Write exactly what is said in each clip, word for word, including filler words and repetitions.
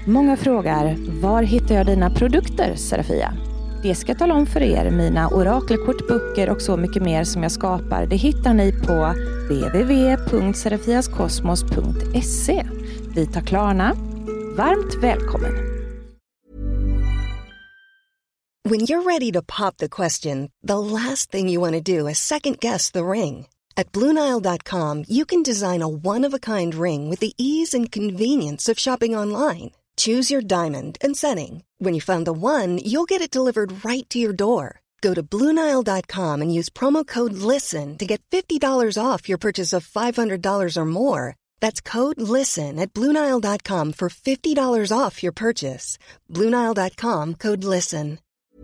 Många frågar, var hittar jag dina produkter, Serafia? Det ska jag tala om för er. Mina orakelkort, böcker och så mycket mer som jag skapar, det hittar ni på w w w punkt serafiaskosmos punkt se. Vi tar Klarna. Varmt välkommen! When you're ready to pop the question, the last thing you want to do is second guess the ring. At Blue Nile dot com, you can design a one-of-a-kind ring with the ease and convenience of shopping online. Choose your diamond and setting. When you find the one, you'll get it delivered right to your door. Go to Blue Nile dot com and use promo code LISTEN to get fifty dollars off your purchase of five hundred dollars or more. That's code LISTEN at Blue Nile dot com for fifty dollars off your purchase. Blue Nile dot com, code LISTEN.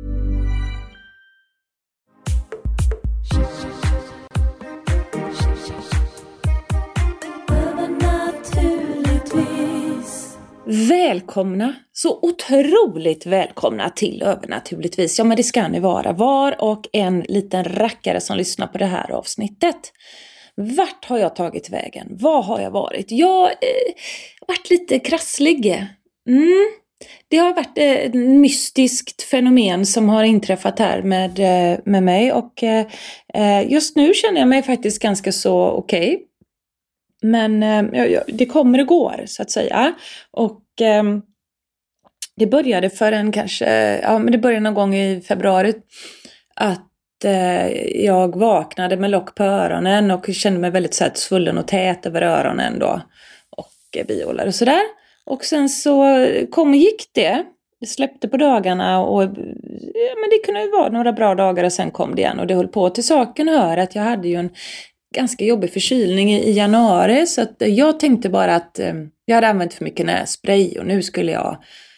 Välkomna, så otroligt välkomna till Övernaturligtvis. Ja, men det ska ni vara, var och en liten rackare som lyssnar på det här avsnittet. Vart har jag tagit vägen? Vad har jag varit? Jag har eh, varit lite krasslig. Mm. Det har varit ett mystiskt fenomen som har inträffat här med, med mig. Och eh, just nu känner jag mig faktiskt ganska så okej. Okay. Men eh, det kommer och går, så att säga. Och eh, det började för en kanske, ja men det började någon gång i februari. Att eh, jag vaknade med lock på öronen och kände mig väldigt så här, svullen och tät över öronen då. Och eh, biolar och sådär. Och sen så kom och gick det. Det släppte på dagarna och ja, men det kunde ju vara några bra dagar och sen kom det igen. Och det höll på till saken hör att jag hade ju en ganska jobbig förkylning i januari, så att jag tänkte bara att eh, jag hade använt för mycket nässpray och nu skulle jag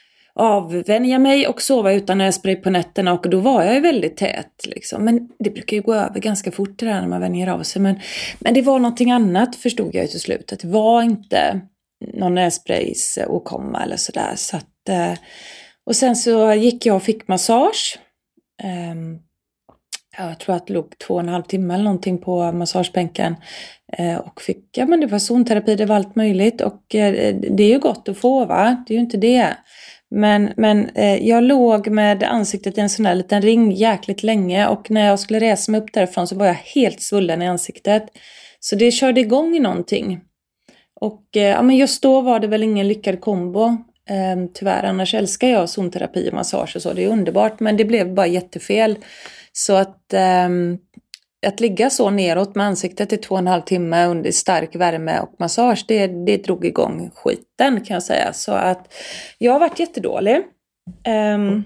avvänja mig och sova utan nässpray på nätterna, och då var jag ju väldigt tät liksom. Men det brukar ju gå över ganska fort det där när man vänjer av sig, men, men det var någonting annat förstod jag ju till slut, att det var inte någon nässprays åkomma eller sådär, så att eh, och sen så gick jag och fick massage. um, Jag tror att det låg två och en halv timme eller någonting på massagebänken. Eh, och fick, ja men det var zonterapi, det var allt möjligt. Och eh, det är ju gott att få, va? Det är ju inte det. Men, men eh, jag låg med ansiktet i en sån här liten ring jäkligt länge. Och när jag skulle resa mig upp därifrån så var jag helt svullen i ansiktet. Så det körde igång i någonting. Och eh, ja men just då var det väl ingen lyckad kombo. Eh, tyvärr, annars älskar jag zonterapi och massage och så. Det är underbart, men det blev bara jättefel. Så att, ähm, att ligga så neråt med ansiktet i två och en halv timme under stark värme och massage, det, det drog igång skiten kan jag säga. Så att jag har varit jättedålig. Ähm,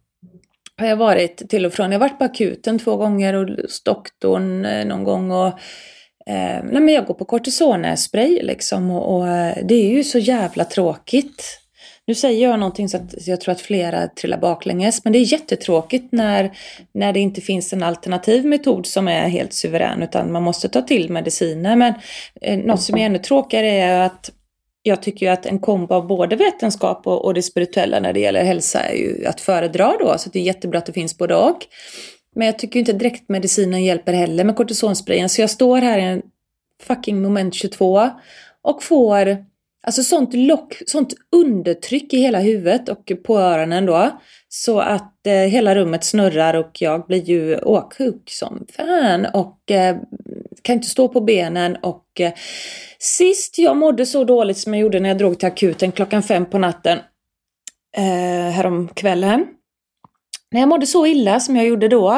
har jag varit till och från. Jag har varit på akuten två gånger och doktorn eh, någon gång. Och, eh, nej men jag går på kortisonspray liksom och, och det är ju så jävla tråkigt. Nu säger jag någonting så att jag tror att flera trillar baklänges. Men det är jättetråkigt när, när det inte finns en alternativ metod som är helt suverän. Utan man måste ta till mediciner. Men eh, något som är ännu tråkigare är att jag tycker ju att en kombo av både vetenskap och, och det spirituella när det gäller hälsa är ju att föredra då. Så det är jättebra att det finns både och. Men jag tycker inte direkt medicinen hjälper heller med kortisonsprayen. Så jag står här i en fucking moment tjugotvå och får... Alltså sånt lock, sånt undertryck i hela huvudet och på öronen då. Så att eh, hela rummet snurrar och jag blir ju åksjuk som fan. Och eh, kan inte stå på benen. Och eh, sist jag mådde så dåligt som jag gjorde när jag drog till akuten klockan fem på natten. Eh, härom kvällen. När jag mådde så illa som jag gjorde då.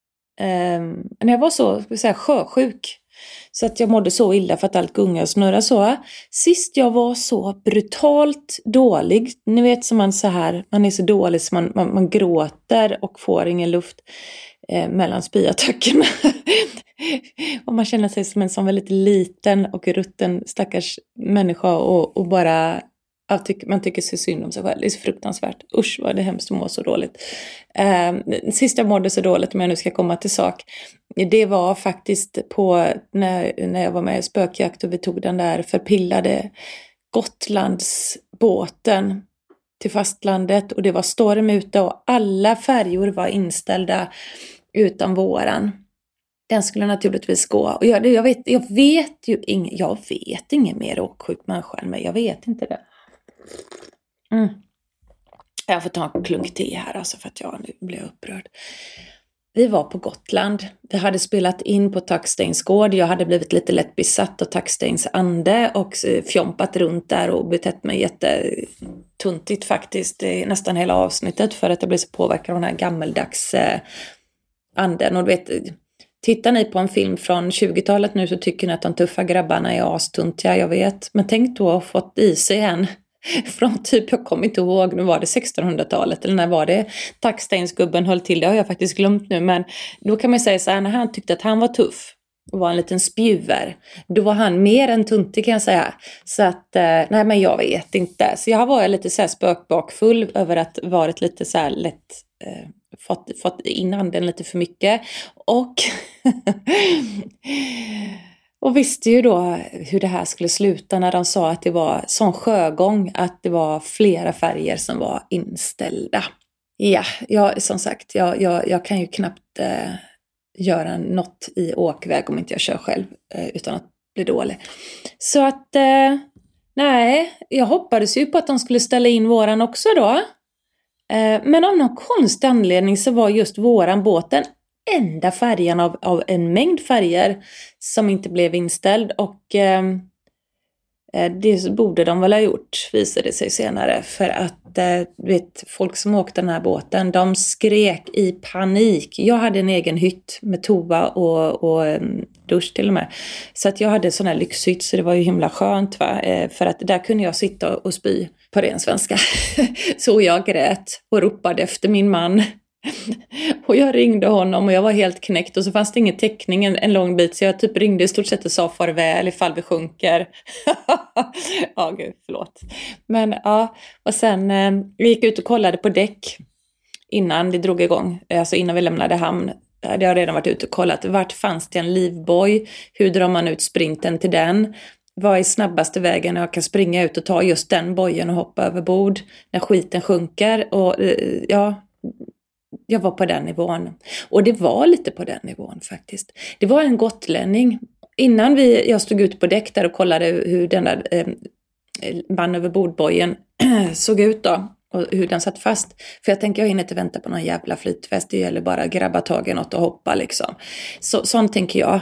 Eh, när jag var så, ska vi säga, sjösjuk. Så att jag mådde så illa för att allt gunga och snurra så. Sist jag var så brutalt dålig. Ni vet som man så här. Man är så dålig så man, man, man gråter och får ingen luft eh, mellan spyattackerna. Och man känner sig som en sån väldigt liten och rutten stackars människa. Och, och bara... Man tycker sig synd om sig själv. Det är så fruktansvärt. Usch vad det är hemskt att må så dåligt. Eh, sist jag mådde så dåligt, om jag nu ska komma till sak. Det var faktiskt på när, när jag var med i spökjakt och vi tog den där förpillade Gotlandsbåten till fastlandet. Och det var storm ute och alla färjor var inställda utan våran. Den skulle naturligtvis gå. Och jag, jag, vet, jag vet ju ing, jag vet ingen mer åksjuk människa än mig. Jag vet inte det. Mm. Jag får ta en klunk te här alltså för att jag nu blir upprörd. Vi var på Gotland. Vi hade spelat in på Tacksteins gård. Jag hade blivit lite lätt besatt av Tacksteins ande och fjompat runt där och betett mig jättetuntigt faktiskt nästan hela avsnittet för att jag blev så påverkad av den här gammeldags anden. Och du vet, tittar ni på en film från tjugotalet nu så tycker ni att de tuffa grabbarna är astuntiga, jag vet. Men tänk då att ha fått i sig en från typ, jag kommer inte ihåg, nu var det sextonhundratalet eller när var det Tacksteinsgubben höll till, det har jag faktiskt glömt nu, men då kan man säga så här, när han tyckte att han var tuff och var en liten spjuver, då var han mer än tuntig kan jag säga, så att, nej men jag vet inte, så jag har varit lite så här spökbakfull över att varit lite så här lätt eh, fått, fått in anden lite för mycket och och visste ju då hur det här skulle sluta när de sa att det var sån sjögång att det var flera färger som var inställda. Ja, jag, som sagt, jag, jag, jag kan ju knappt eh, göra något i åkväg om inte jag kör själv eh, utan att bli dålig. Så att, eh, nej, jag hoppades ju på att de skulle ställa in våran också då. Eh, men av någon konstig anledning så var just våran båten enda färjan av, av en mängd färger som inte blev inställd och eh, det borde de väl ha gjort, visade det sig senare, för att eh, vet, folk som åkte den här båten, de skrek i panik. Jag hade en egen hytt med toa och, och eh, dusch till och med, så att jag hade sån här lyxhytt, så det var ju himla skönt va? Eh, för att där kunde jag sitta och spy på ren svenska. Så jag grät och ropade efter min man. Och jag ringde honom och jag var helt knäckt och så fanns det ingen täckning en, en lång bit, så jag typ ringde i stort sett och sa farväl ifall vi sjunker. Ja gud, förlåt. Men ja, och sen eh, vi gick ut och kollade på däck innan det drog igång, alltså innan vi lämnade hamn. Det har redan varit ute och kollat, vart fanns det en livboj, hur drar man ut sprinten till den, vad är snabbaste vägen jag kan springa ut och ta just den bojen och hoppa över bord när skiten sjunker. Och eh, ja, jag var på den nivån. Och det var lite på den nivån faktiskt. Det var en gotlänning. Innan vi, jag stod ute på däck där och kollade hur den där eh, man över bordbojen såg ut då. Och hur den satt fast. För jag tänker jag hinner inte vänta på någon jävla flytväst. Det gäller bara att grabba tag i något och hoppa liksom. Så, sånt tänker jag.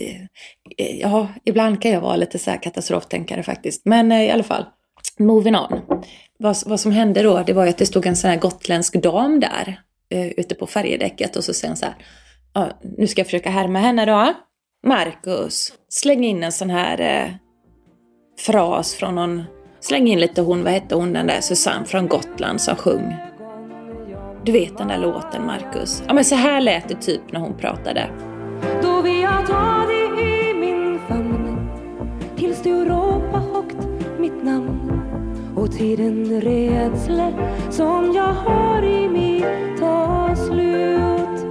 Ja, ibland kan jag vara lite så här katastroftänkare faktiskt. Men i alla fall, moving on. Vad, vad som hände då, det var ju att det stod en sån här gotländsk dam där. Ute på färjedäcket och så säger han så här, ja, nu ska jag försöka härma henne då. Marcus, släng in en sån här eh, fras från någon, släng in lite hon, vad hette hon den där Susanne från Gotland som sjöng. Du vet den där låten Marcus. Ja men så här lät det typ när hon pratade. Då vill jag ta dig i min famn tills du ropar högt mitt namn. Och tiden rädsla som jag har i mig tar slut.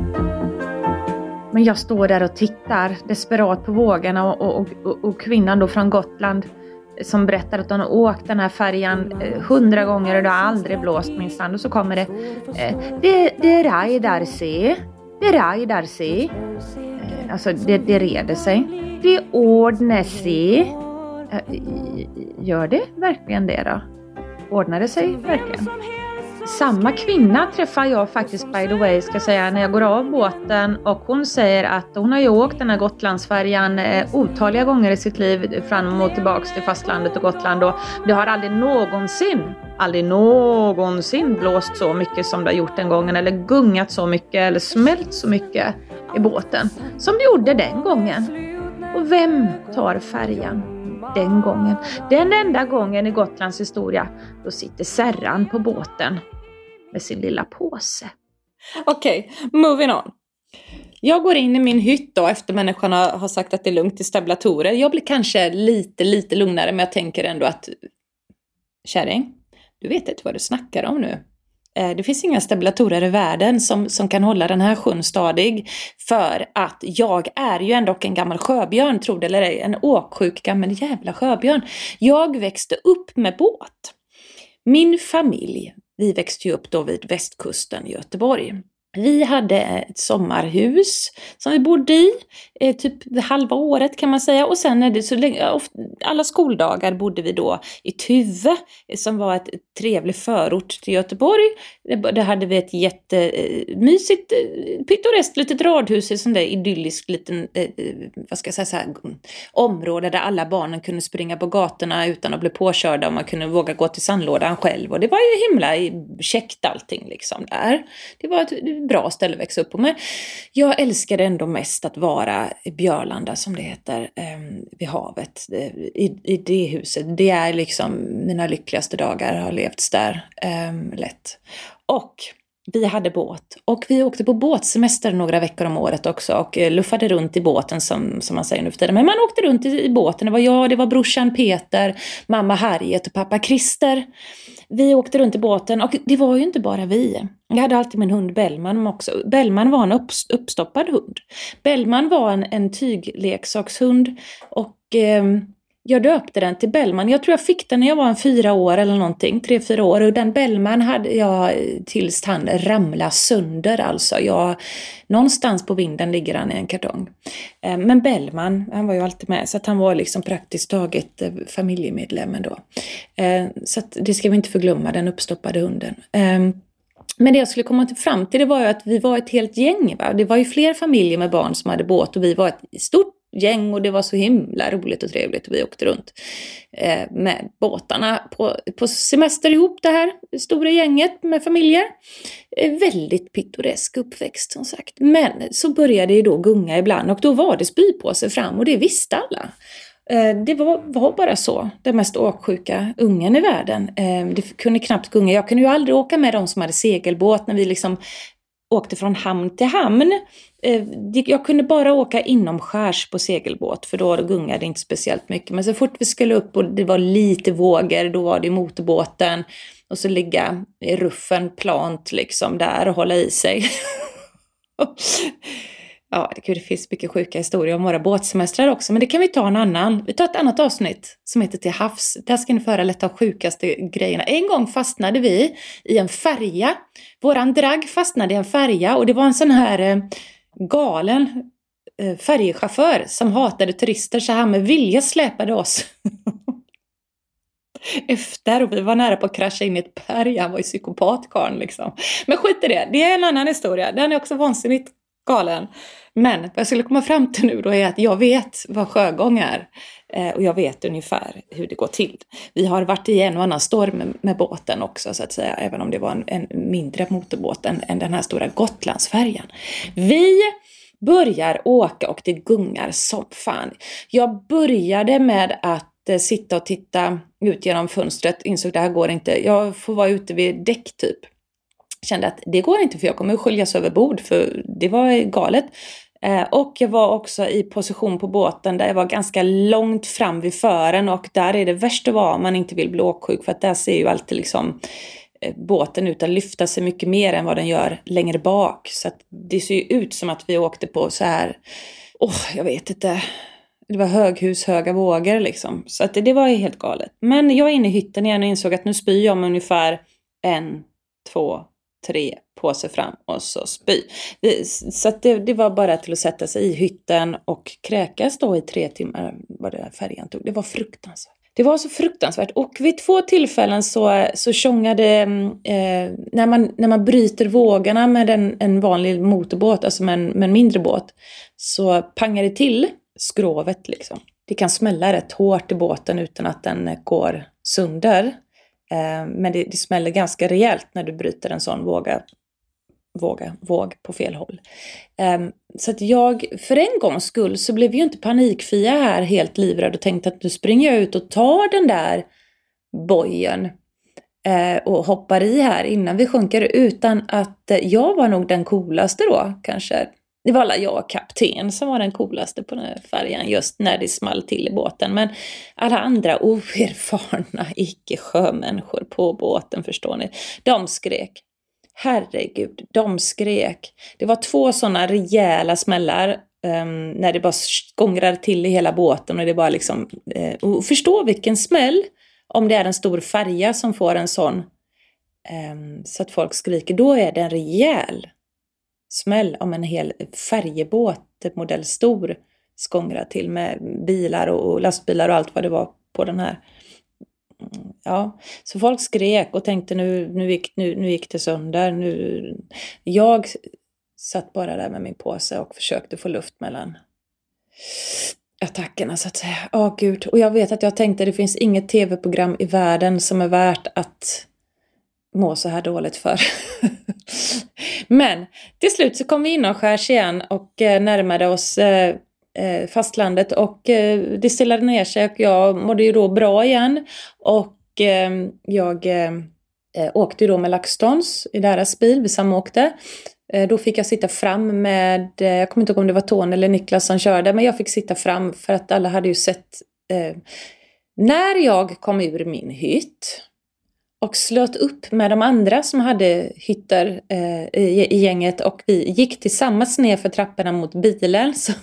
Men jag står där och tittar desperat på vågorna och, och, och, och kvinnan då från Gotland som berättar att hon har åkt den här färjan hundra eh, gånger och det har aldrig blåst minsann. Och så kommer det, eh, det, det rajdar sig, det rajdar sig. Eh, alltså det, det reder sig, det ordnar sig. Gör det verkligen det då? Ordnar det sig verkligen? Samma kvinna träffar jag faktiskt by the way ska säga när jag går av båten och hon säger att hon har ju åkt den här Gotlandsfärjan eh, otaliga gånger i sitt liv fram och tillbaks till fastlandet och Gotland och det har aldrig någonsin, aldrig någonsin blåst så mycket som det har gjort den gången eller gungat så mycket eller smält så mycket i båten som det gjorde den gången. Och vem tar färjan? Den gången, den enda gången i Gotlands historia, då sitter Serran på båten med sin lilla påse. Okej, okay, moving on. Jag går in i min hytt då efter människan har sagt att det är lugnt i stabilatorer. Jag blir kanske lite, lite lugnare men jag tänker ändå att kärring, du vet inte vad du snackar om nu. Det finns inga stabilatorer i världen som, som kan hålla den här sjön stadig. För att jag är ju ändå en gammal sjöbjörn, tror det eller ej. En åksjuk gammal jävla sjöbjörn. Jag växte upp med båt. Min familj, vi växte ju upp då vid västkusten i Göteborg. Vi hade ett sommarhus som vi bodde i, eh, typ halva året kan man säga. Och sen är det så länge, alla skoldagar bodde vi då i Tuve, som var ett trevlig förort till Göteborg. Det hade vi ett jättemysigt, pittoreskt litet radhus i sån där idyllisk liten, eh, vad ska jag säga, så här, område där alla barnen kunde springa på gatorna utan att bli påkörda, och man kunde våga gå till sandlådan själv. Och det var ju himla käckt allting liksom där. Det var ett bra ställe att växa upp på. Men jag älskade ändå mest att vara i Björlanda, som det heter, eh, vid havet, i, i det huset. Det är liksom mina lyckligaste dagar har levts där, eh, lätt. Och vi hade båt, och vi åkte på båtsemester några veckor om året också, och luffade runt i båten, som, som man säger nu för tiden. Men man åkte runt i, i båten. Det var jag, det var brorsan Peter, mamma Harriet och pappa Christer. Vi åkte runt i båten, och det var ju inte bara vi. Jag hade alltid min hund Bellman också. Bellman var en upp, uppstoppad hund. Bellman var en, en tygleksakshund, och eh, jag döpte den till Bellman. Jag tror jag fick den när jag var en fyra år eller någonting. Tre, fyra år. Och den Bellman hade jag tills han ramlade sönder. Alltså jag, någonstans på vinden ligger han i en kartong. Men Bellman, han var ju alltid med. Så att han var liksom praktiskt taget familjemedlemmen då. Så att det ska vi inte förglömma, den uppstoppade hunden. Men det jag skulle komma till fram till, det var ju att vi var ett helt gäng. Va? Det var ju fler familjer med barn som hade båt, och vi var ett stort gäng, och det var så himla roligt och trevligt, och vi åkte runt eh, med båtarna på, på semester ihop, det här stora gänget med familjer. Eh, väldigt pittoresk uppväxt som sagt. Men så började det då gunga ibland, och då var det spypåse fram, och det visste alla. Eh, det var, var bara så, den mest åksjuka ungen i världen. Eh, det kunde knappt gunga. Jag kunde ju aldrig åka med de som hade segelbåt när vi liksom åkte från hamn till hamn. Jag kunde bara åka inom skärs på segelbåt, för då gungade det inte speciellt mycket. Men så fort vi skulle upp och det var lite vågor, då var det motorbåten. Och så ligga i ruffen plant liksom där och hålla i sig. Ja, det finns mycket sjuka historier om våra båtsemestrar också. Men det kan vi ta en annan. Vi tar ett annat avsnitt som heter Till havs. Där ska ni föra lite av sjukaste grejerna. En gång fastnade vi i en färja. Våran dragg fastnade i en färja. Och det var en sån här eh, galen eh, färjechaufför som hatade turister. Så han med vilja släpade oss efter, och vi var nära på att krascha in i ett berg. Han var ju psykopatkarn liksom. Men skit i det. Det är en annan historia. Den är också vansinnigt galen. Men vad jag skulle komma fram till nu då är att jag vet vad sjögång är. Eh, och jag vet ungefär hur det går till. Vi har varit i en och annan storm med, med båten också, så att säga. Även om det var en, en mindre motorbåt än, än den här stora Gotlandsfärjan. Vi börjar åka, och det gungar som fan. Jag började med att eh, sitta och titta ut genom fönstret. Insåg att det här går inte. Jag får vara ute vid däck typ. Kände att det går inte, för jag kommer att sköljas över bord, för det var galet. Eh, och jag var också i position på båten där jag var ganska långt fram vid fören, och där är det värsta att vara om man inte vill bli åksjuk, för att där ser ju alltid liksom eh, båten ut att lyfta sig mycket mer än vad den gör längre bak. Så att det ser ju ut som att vi åkte på så här, åh oh, jag vet inte, det var höghus, höga vågor liksom. Så att det, det var ju helt galet. Men jag var inne i hytten igen och insåg att nu spyr jag med ungefär en, två, tre påsar fram och så spy. Så att det, det var bara till att sätta sig i hytten och kräkas då i tre timmar vad det färjan tog. Det var fruktansvärt. Det var så fruktansvärt. Och vid två tillfällen så, så tjongade, eh, när, man, när man bryter vågorna med en, en vanlig motorbåt, alltså med en, med en mindre båt, så pangar det till skrovet liksom. Det kan smälla rätt hårt i båten utan att den går sönder. Eh, men det, det smäller ganska rejält när du bryter en sån våga, våga, våg på fel håll. Eh, så att jag, för en gångs skull så blev ju inte panikfia här helt livrädd och tänkte att nu springer jag ut och tar den där bojen eh, och hoppar i här innan vi sjunker, utan att eh, jag var nog den coolaste då kanske. Det var alla jag kapten som var den coolaste på den här färjan just när det small till i båten. Men alla andra oerfarna icke-sjömänniskor på båten, förstår ni, de skrek. Herregud, de skrek. Det var två sådana rejäla smällar um, när det bara skångrar till i hela båten. Och det bara liksom, uh, och förstå vilken smäll om det är en stor färja som får en sån um, så att folk skriker. Då är det en rejäl smäll om en hel färjebåt, modell stor, skångrad till med bilar och lastbilar och allt vad det var på den här. Ja, så folk skrek och tänkte nu, nu, gick, nu, nu gick det sönder. Nu. Jag satt bara där med min påse och försökte få luft mellan attackerna så att säga. Åh gud, och jag vet att jag tänkte det finns inget tv-program i världen som är värt att må så här dåligt för. Men till slut så kom vi in och skärs igen och närmade oss fastlandet och det stillade ner sig och jag mådde ju då bra igen och jag åkte ju då med LaxTons i deras bil, vi samåkte. Då fick jag sitta fram med, jag kommer inte ihåg om det var Tony eller Niklas som körde, men jag fick sitta fram för att alla hade ju sett, eh, när jag kom ur min hytt och slöt upp med de andra som hade hytter eh, i, i gänget och vi gick tillsammans ner för trapporna mot bilen så,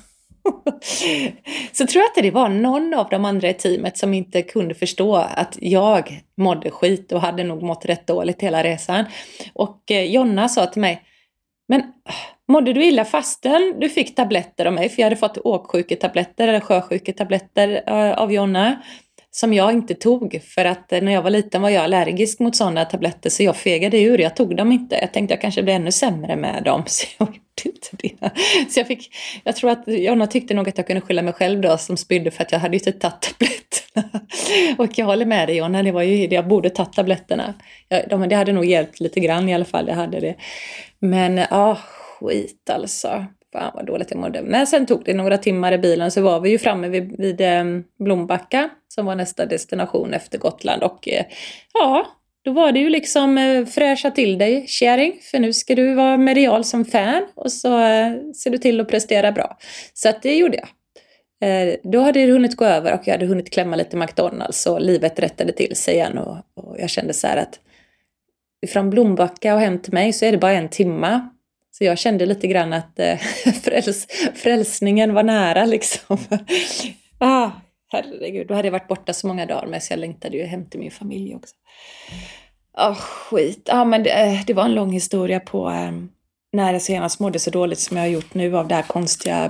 så tror jag att det var någon av de andra i teamet som inte kunde förstå att jag mådde skit och hade nog mått rätt dåligt hela resan. Och eh, Jonna sa till mig, men mådde du illa fastän du fick tabletter av mig? För jag hade fått åksjuketabletter eller sjösjuketabletter av Jonna som jag inte tog. För att när jag var liten var jag allergisk mot sådana tabletter så jag fegade ur. Jag tog dem inte. Jag tänkte jag kanske blev ännu sämre med dem så jag gjorde inte det. Så jag fick, jag tror att Jonna tyckte nog att jag kunde skylla mig själv då som spydde för att jag hade ju inte tagit tabletterna. Och jag håller med dig Jonna, det var ju det jag borde tagit tabletterna. Jag, de, det hade nog hjälpt lite grann i alla fall, det hade det. Men ja, skit alltså. Fan vad dåligt jag mådde. Men sen tog det några timmar i bilen så var vi ju framme vid, vid eh, Blombacka som var nästa destination efter Gotland. Och eh, ja, då var det ju liksom eh, fräscha till dig, kärring. För nu ska du vara medial som fan och så eh, ser du till att prestera bra. Så att det gjorde jag. Eh, då hade det hunnit gå över och jag hade hunnit klämma lite McDonalds och livet rättade till sig igen. Och, och jag kände så här att från Blombacka och hem till mig så är det bara en timma. Så jag kände lite grann att eh, fräls, frälsningen var nära liksom. ah, herregud, då hade jag varit borta så många dagar men så jag längtade ju hem till min familj också. Ah, skit. Ja, ah, men det, det var en lång historia på eh, när jag senast mådde så dåligt som jag har gjort nu av det här konstiga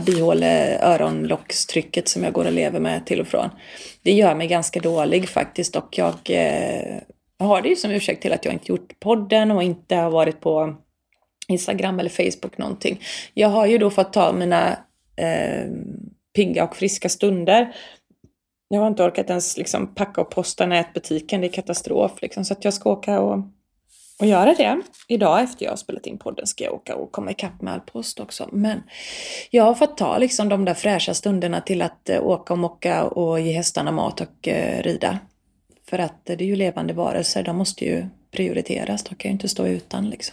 bihåle-öronlockstrycket som jag går och lever med till och från. Det gör mig ganska dålig faktiskt och jag eh, har det ju som ursäkt till att jag inte gjort podden och inte har varit på Instagram eller Facebook någonting. Jag har ju då fått ta mina eh, pigga och friska stunder. Jag har inte orkat ens liksom packa och posta nätbutiken. Det är katastrof liksom. Så att jag ska åka och, och göra det. Idag efter jag har spelat in podden ska jag åka och komma ikapp med all post också. Men jag har fått ta liksom de där fräscha stunderna till att eh, åka och mocka och ge hästarna mat och eh, rida. För att eh, det är ju levande varelser. De måste ju prioriteras. De kan ju inte stå utan liksom.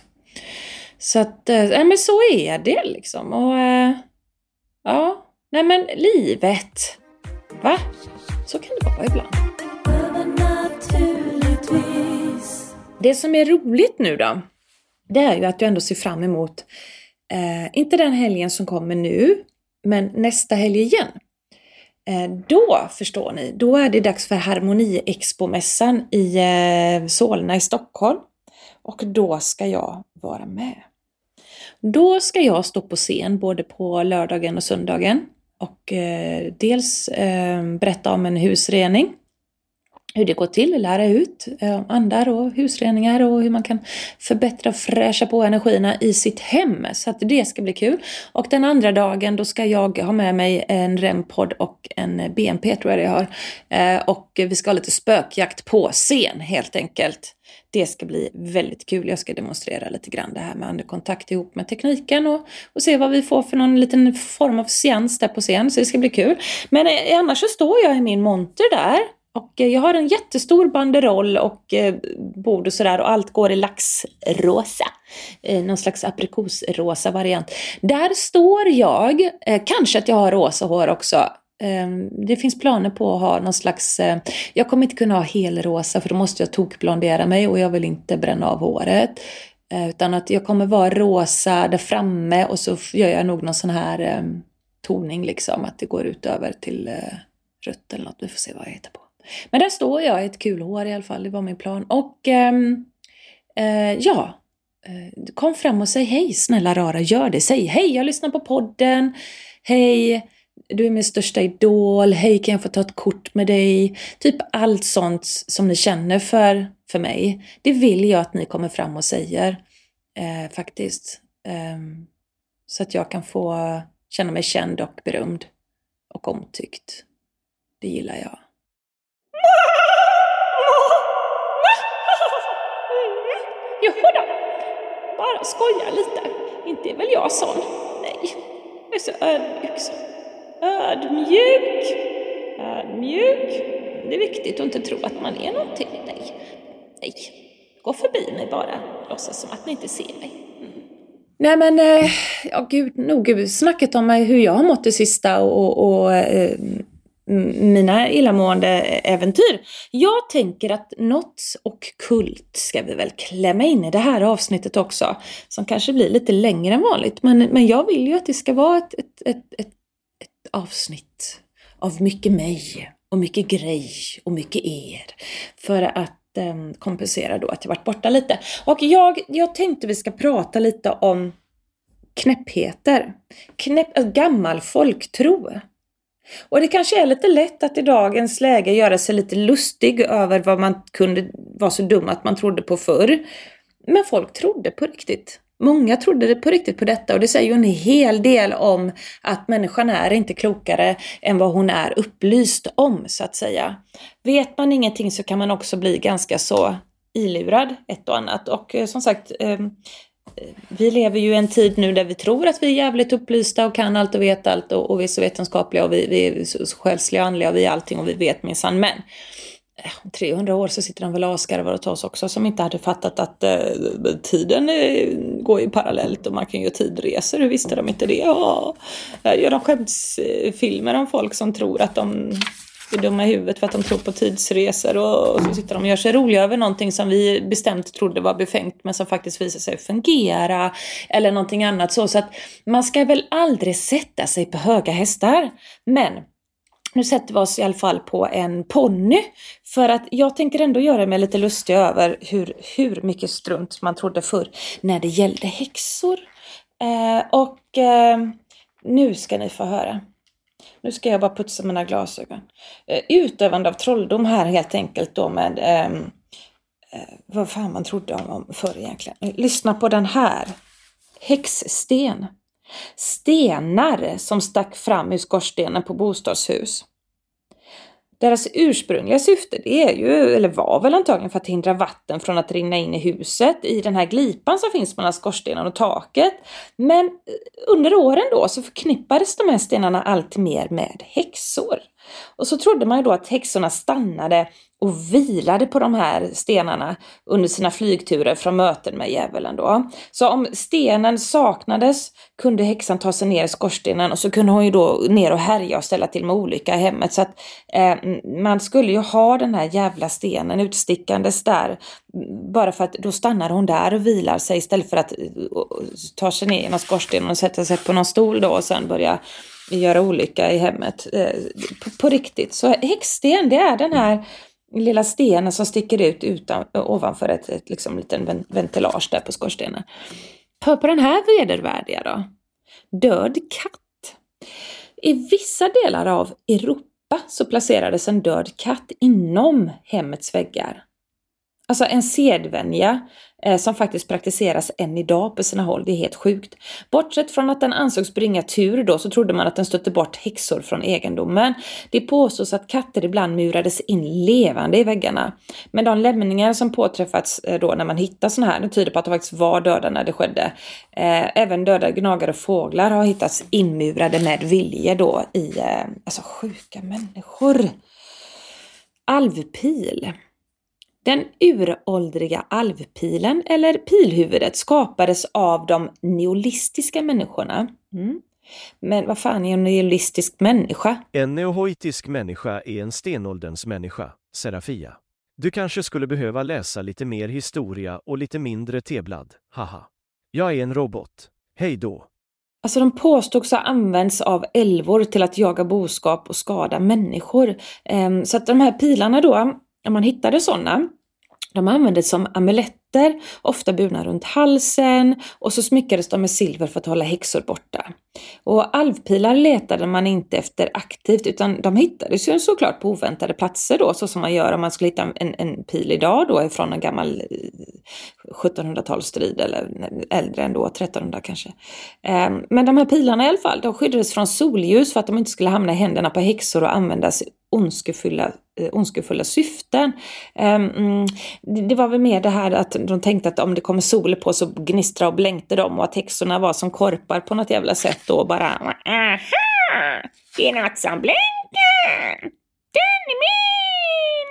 Så att, äh, men så är det liksom. Och äh, ja, nej men livet. Va? Så kan det vara ibland. Det som är roligt nu då, det är ju att jag ändå ser fram emot, äh, inte den helgen som kommer nu, men nästa helg igen. Äh, då, förstår ni, då är det dags för Harmoni-expo-mässan i äh, Solna i Stockholm. Och då ska jag vara med. Då ska jag stå på scen både på lördagen och söndagen. Och eh, dels eh, berätta om en husrening. Hur det går till, lära ut eh, andar och husreningar. Och hur man kan förbättra och fräscha på energierna i sitt hem. Så att det ska bli kul. Och den andra dagen då ska jag ha med mig en REM-podd och en B M P tror jag det har. Eh, och vi ska ha lite spökjakt på scen helt enkelt. Det ska bli väldigt kul. Jag ska demonstrera lite grann det här med andkontakt ihop med tekniken och, och se vad vi får för någon liten form av seans där på scen. Så det ska bli kul. Men eh, annars så står jag i min monter där. Och eh, jag har en jättestor banderoll och eh, bord och sådär. Och allt går i laxrosa. Eh, någon slags aprikosrosa variant. Där står jag. Eh, kanske att jag har rosa hår också. Det finns planer på att ha någon slags, jag kommer inte kunna ha helrosa för då måste jag tokblondera mig och jag vill inte bränna av håret. Utan att jag kommer vara rosa där framme och så gör jag nog någon sån här toning liksom att det går ut över till rött eller något. Vi får se vad jag hittar på. Men där står jag i ett kul hår i alla fall, det var min plan. Och äh, ja, Kom fram och säg hej, snälla rara, gör det. Säg hej, jag lyssnar på podden. Hej, du är min största idol. Hej, kan jag få ta ett kort med dig? Typ allt sånt som ni känner för, för mig. Det vill jag att ni kommer fram och säger. Eh, faktiskt. Eh, så att jag kan få känna mig känd och berömd. Och omtyckt. Det gillar jag. Jo då, bara skoja lite. Inte är väl jag sån. Nej, jag är så ödmjuk så. Ödmjuk. Ödmjuk. Det är viktigt att inte tro att man är någonting. Nej, nej. Gå förbi mig bara. Låtsas som att ni inte ser mig. Mm. Nej men, eh, ja gud, nog snacket om hur jag har mått det sista och... och eh, mina illamående äventyr. Jag tänker att något och kult ska vi väl klämma in i det här avsnittet också. Som kanske blir lite längre än vanligt. Men, men jag vill ju att det ska vara ett, ett, ett, ett, ett avsnitt av mycket mig och mycket grej och mycket er. För att eh, kompensera då att jag varit borta lite. Och jag, jag tänkte vi ska prata lite om knäppheter. Knäpp, gammal folktro. Och det kanske är lite lätt att i dagens läge göra sig lite lustig över vad man kunde vara så dum att man trodde på förr. Men folk trodde på riktigt. Många trodde det på riktigt på detta, och det säger ju en hel del om att människan är inte klokare än vad hon är upplyst om, så att säga. Vet man ingenting så kan man också bli ganska så ilurad ett och annat. Och som sagt... Eh, vi lever ju i en tid nu där vi tror att vi är jävligt upplysta och kan allt och vet allt och, och vi är så vetenskapliga och vi, vi är så, så själsliga och andliga och vi är allting och vi vet minsann. Men om trehundra år så sitter de väl askarvar åt oss också som inte hade fattat att eh, tiden eh, går ju parallellt och man kan ju tidresor. Hur visste de inte det? Ja, här gör de skämtsfilmer om folk som tror att de... är dumma i huvudet för att de tror på tidsresor och, och så sitter de och gör sig roliga över någonting som vi bestämt trodde var befängt men som faktiskt visar sig fungera eller någonting annat så. Så att man ska väl aldrig sätta sig på höga hästar. Men nu sätter vi oss i alla fall på en ponny för att jag tänker ändå göra mig lite lustig över hur, hur mycket strunt man trodde förr när det gällde häxor. Eh, och eh, nu ska ni få höra. Nu ska jag bara putsa mina glasögon. Eh, utövande av trolldom här helt enkelt då med... Eh, eh, vad fan man trodde om, om förr egentligen. Lyssna på den här. Häxsten. Stenar som stack fram ur skorstenen på bostadshus. Deras ursprungliga syfte det är ju, eller var väl antagligen för att hindra vatten från att rinna in i huset i den här glipan som finns mellan skorstenen och taket. Men under åren då så förknippades de här stenarna allt mer med häxor. Och så trodde man ju då att häxorna stannade och vilade på de här stenarna under sina flygturer från möten med djävulen då. Så om stenen saknades kunde häxan ta sig ner i skorstenen och så kunde hon ju då ner och härja och ställa till med olycka i hemmet. Så att eh, man skulle ju ha den här jävla stenen utstickandes där bara för att då stannar hon där och vilar sig istället för att uh, ta sig ner genom skorstenen och sätta sig på någon stol då och sen börja göra olycka i hemmet eh, på, på riktigt. Så häxsten det är den här lilla stenen som sticker ut utan, ovanför ett, ett liksom liten ventilage där på skorstenen. Hör på den här vedervärdiga då. Död katt. I vissa delar av Europa så placerades en död katt inom hemmets väggar. Alltså en sedvänja eh, som faktiskt praktiseras än idag på sina håll. Det är helt sjukt. Bortsett från att den ansågs bringa tur då så trodde man att den stötte bort häxor från egendomen. Det påstås att katter ibland murades in levande i väggarna. Men de lämningar som påträffats eh, då när man hittar såna här, det tyder på att de faktiskt var döda när det skedde. Eh, även döda gnagare och fåglar har hittats inmurade med vilje då i eh, alltså sjuka människor. Alvpil. Den uråldriga alvpilen eller pilhuvudet skapades av de neolistiska människorna. Mm. Men vad fan är en neolistisk människa? En neohoitisk människa är en stenålderns människa, Serafia. Du kanske skulle behöva läsa lite mer historia och lite mindre teblad. Haha. Jag är en robot. Hej då. Alltså de påstods ha använts av älvor till att jaga boskap och skada människor. Så att de här pilarna då, om man hittade sådana, De användes som amuletter, ofta burna runt halsen, och så smyckades de med silver för att hålla häxor borta. Och alvpilar letade man inte efter aktivt, utan de hittades ju såklart på oväntade platser då, så som man gör om man skulle hitta en, en pil idag då ifrån en gammal sjuttonhundratalsstrid eller äldre ändå, trettonhundra kanske. Men de här pilarna i alla fall, de skyddades från solljus för att de inte skulle hamna i händerna på häxor och användas ondskefulla, ondskefulla syften. Um, det var väl mer det här att de tänkte att om det kommer sol på så gnistrar och blänkte de, och att häxorna var som korpar på något jävla sätt då, bara aha, det är något som blänkar, den är min.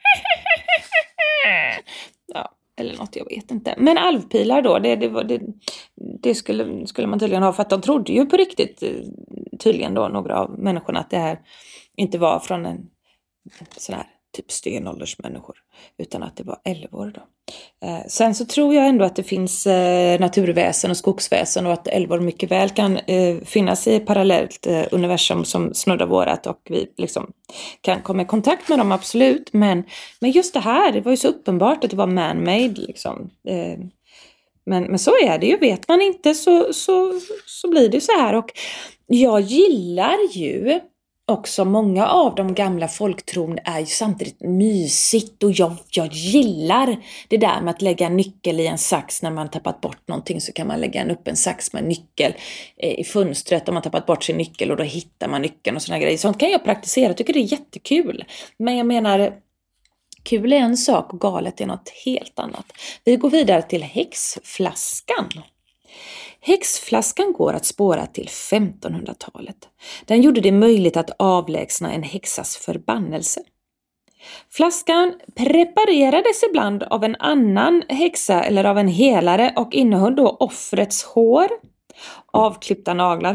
Ja, eller något, jag vet inte. Men alvpilar då, det, det, var, det, det skulle, skulle man tydligen ha, för att de trodde ju på riktigt tydligen då, några av människorna, att det här inte var från en sån här typ stenåldersmänniskor, utan att det var älvor då. Eh, sen så tror jag ändå att det finns eh, naturväsen och skogsväsen, och att älvor mycket väl kan eh, finnas i ett parallellt eh, universum som snuddar vårat, och vi liksom kan komma i kontakt med dem, absolut. Men, men just det här, det var ju så uppenbart att det var man-made liksom. Eh, men, men så är det ju, vet man inte så, så, så blir det så här. Och jag gillar ju också, många av de gamla folktron är ju samtidigt mysigt, och jag, jag gillar det där med att lägga en nyckel i en sax. När man tappat bort någonting så kan man lägga en upp en sax med en nyckel i fönstret om man tappat bort sin nyckel, och då hittar man nyckeln och såna grejer. Sånt kan jag praktisera, jag tycker det är jättekul. Men jag menar, kul är en sak och galet är något helt annat. Vi går vidare till häxflaskan. Häxflaskan går att spåra till femtonhundratalet. Den gjorde det möjligt att avlägsna en häxas förbannelse. Flaskan preparerades ibland av en annan häxa eller av en helare och innehöll då offrets hår, avklippta naglar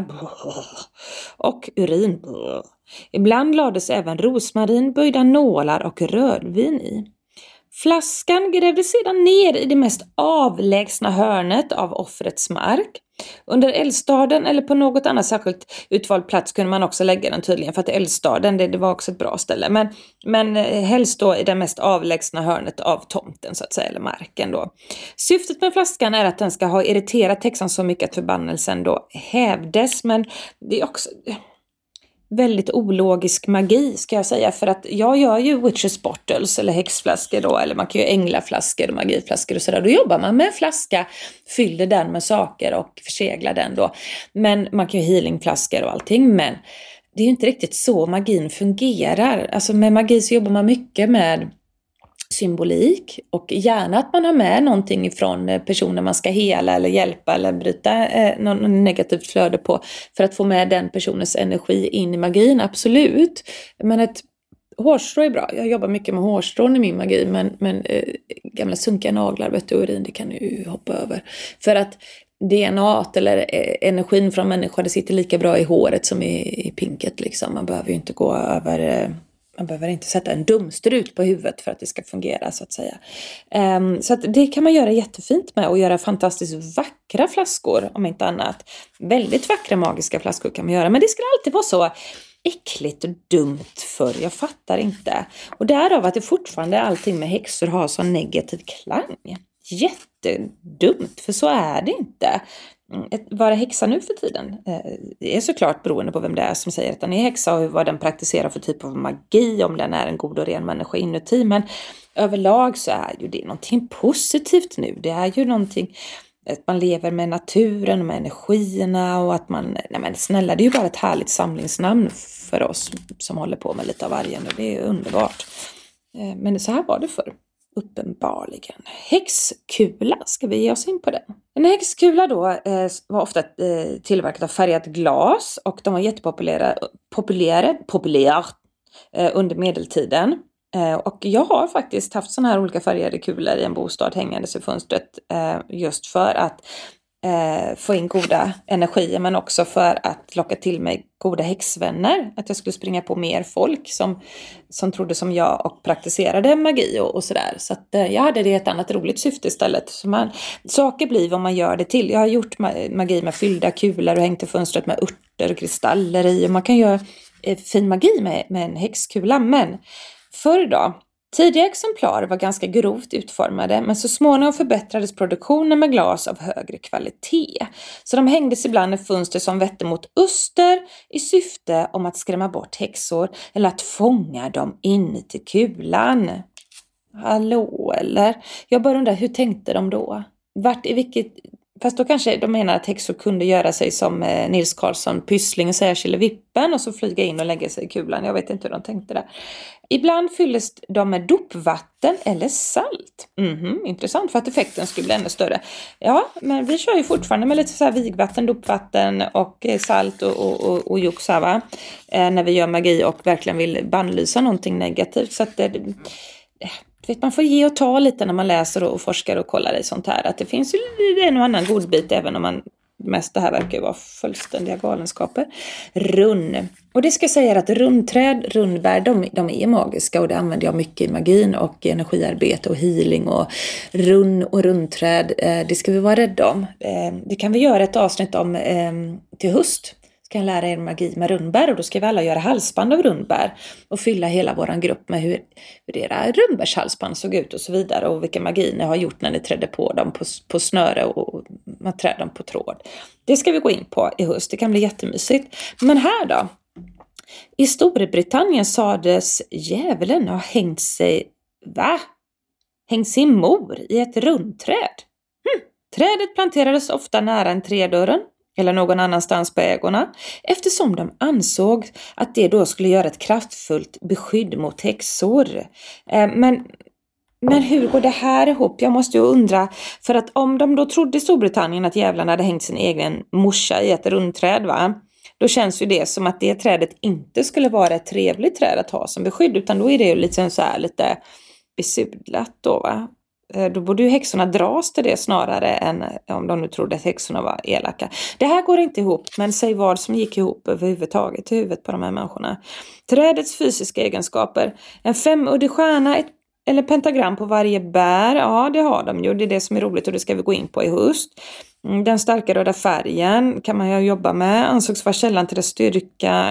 och urin. Ibland lades även rosmarin, böjda nålar och rödvin i. Flaskan grävdes sedan ner i det mest avlägsna hörnet av offrets mark. Under eldstaden eller på något annat särskilt utvald plats kunde man också lägga den tydligen, för att eldstaden det, det var också ett bra ställe. Men, men helst då i det mest avlägsna hörnet av tomten så att säga, eller marken då. Syftet med flaskan är att den ska ha irriterat häxan så mycket att förbannelsen då hävdes, men det är också väldigt ologisk magi ska jag säga, för att jag gör ju witches bottles eller häxflaskor då, eller man kan ju änglaflaskor och magiflaskor och sådär. Då jobbar man med en flaska, fyller den med saker och förseglar den då. Men man kan ju healingflaskor och allting, men det är ju inte riktigt så magin fungerar. Alltså med magi så jobbar man mycket med symbolik, och gärna att man har med någonting ifrån personen man ska hela eller hjälpa eller bryta eh, någon negativt flöde på, för att få med den personens energi in i magin, absolut. Men ett hårstrå är bra. Jag jobbar mycket med hårstrån i min magi, men, men eh, gamla sunkiga naglar, vet du, urin, det kan du hoppa över. För att D N A eller eh, energin från människan, det sitter lika bra i håret som i, i pinket liksom. Man behöver ju inte gå över... Eh, Man behöver inte sätta en dumstrut på huvudet för att det ska fungera så att säga. Um, så att det kan man göra jättefint med, och göra fantastiskt vackra flaskor om inte annat. Väldigt vackra magiska flaskor kan man göra, men det skulle alltid vara så äckligt och dumt för jag fattar inte. Och därav att det fortfarande allting med häxor har så negativ klang. Jättedumt, för så är det inte. Vara häxa nu för tiden är såklart beroende på vem det är som säger att den är häxa och vad den praktiserar för typ av magi, om den är en god och ren människa inuti. Men överlag så är ju det någonting positivt nu. Det är ju någonting att man lever med naturen och med energierna, och att man, nej men snälla, det är ju bara ett härligt samlingsnamn för oss som håller på med lite av varje nu. Det är underbart. Men så här var det förr. Uppenbarligen. Häxkula, ska vi ge oss in på den? En häxkula då eh, var ofta eh, tillverkad av färgat glas, och de var jättepopulära populära, populära eh, under medeltiden. Eh, och jag har faktiskt haft såna här olika färgade kulor i en bostad hängandes i fönstret eh, just för att eh, få in goda energier, men också för att locka till mig goda häxvänner. Att jag skulle springa på mer folk som, som trodde som jag och praktiserade magi och, och sådär. Så att eh, jag hade det ett annat roligt syfte istället. Så man, saker blir vad man gör det till. Jag har gjort magi med fyllda kulor och hängt i fönstret med örter och kristaller i. Och man kan göra eh, fin magi med, med en häxkula. Men förr då, Tidiga exemplar var ganska grovt utformade, men så småningom förbättrades produktionen med glas av högre kvalitet. Så de hängdes ibland i fönster som vette mot öster i syfte om att skrämma bort häxor eller att fånga dem inuti kulan. Hallå, eller? Jag bara undrar, hur tänkte de då? Vart i vilket... Fast då kanske de menar att häxor kunde göra sig som eh, Nils Karlsson Pyssling och säga Killevippen och så flyga in och lägga sig i kulan. Jag vet inte hur de tänkte där. Ibland fylldes de med dopvatten eller salt. Mhm, intressant, för att effekten skulle bli ännu större. Ja, men vi kör ju fortfarande med lite så här vigvatten, dopvatten och eh, salt och, och, och, och joxa, va? Eh, när vi gör magi och verkligen vill bannlysa någonting negativt. Så att det... Eh, Vet, man får ge och ta lite när man läser och forskar och kollar i sånt här. Att det finns ju en och annan godbit, även om man mest det här verkar ju vara fullständiga galenskaper. Runn. Och det ska jag säga att runnträd, runnbär, de, de är magiska och det använder jag mycket i magin och energiarbete och healing och runn och runnträd. Eh, det ska vi vara rädda om. Eh, det kan vi göra ett avsnitt om eh, till höst. Ska jag lära er magi med rundbär och då ska vi alla göra halsband av rundbär och fylla hela våran grupp med hur, hur era rundbärshalsband såg ut och så vidare och vilken magi ni har gjort när ni trädde på dem på, på snöre och man trädde dem på tråd. Det ska vi gå in på i höst, det kan bli jättemysigt. Men här då? I Storbritannien sades djävulen ha hängt sig, va? Hängt sin mor i ett rundträd. Hm. Trädet planterades ofta nära en trädörren eller någon annanstans på ägorna, eftersom de ansåg att det då skulle göra ett kraftfullt beskydd mot häxor. Men, men hur går det här ihop? Jag måste ju undra, för att om de då trodde i Storbritannien att djävlarna hade hängt sin egen morsa i ett rundträd, va? Då känns ju det som att det trädet inte skulle vara ett trevligt träd att ha som beskydd, utan då är det ju lite så här lite besudlat då, va? Då borde ju häxorna dras till det snarare än om de nu trodde att häxorna var elaka. Det här går inte ihop, men säg vad som gick ihop överhuvudtaget i huvudet på de här människorna. Trädets fysiska egenskaper. En femuddig stjärna, ett, eller pentagram på varje bär. Ja, det har de ju. Det är det som är roligt och det ska vi gå in på i höst. Den starka röda färgen kan man ju jobba med. Ansågs vara källan till dess styrka.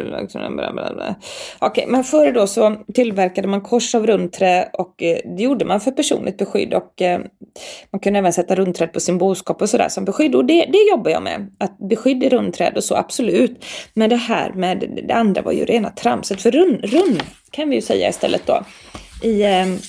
Okej, okay, men före då så tillverkade man kors av rundträ och det gjorde man för personligt beskydd. Och man kunde även sätta rundträd på sin boskap och sådär som beskydd. Och det, det jobbar jag med. Att beskydd i rundträd och så, absolut. Men det här med det andra var ju rena tramset. För rund, rund kan vi ju säga istället då. I...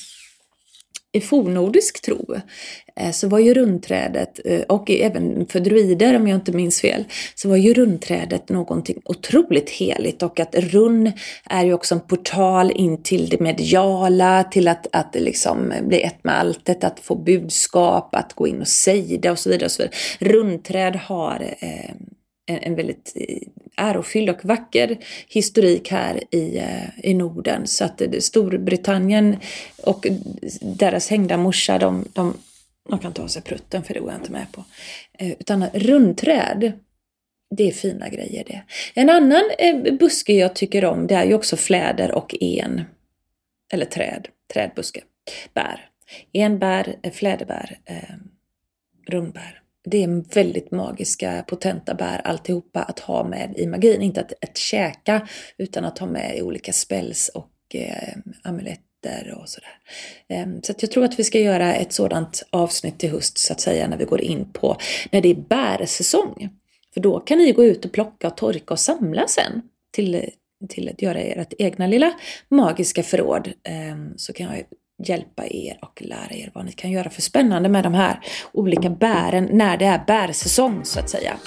I fornnordisk tro så var ju rundträdet, och även för druider om jag inte minns fel, så var ju rundträdet någonting otroligt heligt, och att runn är ju också en portal in till det mediala, till att, att liksom bli ett med alltet, att få budskap, att gå in och säga det och så vidare. Och så vidare. Rundträd har eh, en, en väldigt ärofylld och vacker historik här i, i Norden. Så att Storbritannien och deras hängda morsa, de, de, de kan ta sig prutten, för det går jag inte med på. Utan rundträd, det är fina grejer det. En annan buske jag tycker om, det är ju också fläder och en. Eller träd, trädbuske, bär. Enbär, fläderbär, eh, rundbär. Det är väldigt magiska, potenta bär alltihopa att ha med i magin. Inte att, att käka, utan att ha med i olika spells och eh, amuletter och sådär. Eh, så att jag tror att vi ska göra ett sådant avsnitt till höst, så att säga, när vi går in på när det är bärsäsong. För då kan ni gå ut och plocka och torka och samla sen till, till att göra ert egna lilla magiska förråd. Eh, så kan jag hjälpa er och lära er vad ni kan göra för spännande med de här olika bären när det är bärsäsong, så att säga.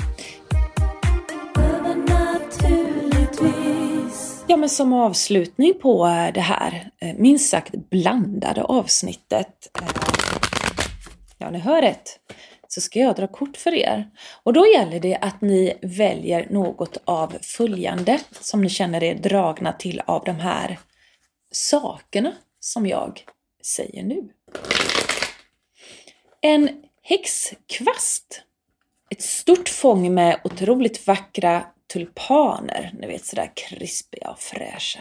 Ja, men som avslutning på det här minst sagt blandade avsnittet, ja, ni hör rätt, så ska jag dra kort för er. Och då gäller det att ni väljer något av följande som ni känner er dragna till av de här sakerna som jag säger nu. En häxkvast. Ett stort fång med otroligt vackra tulpaner. Ni vet, sådär krispiga och fräscha.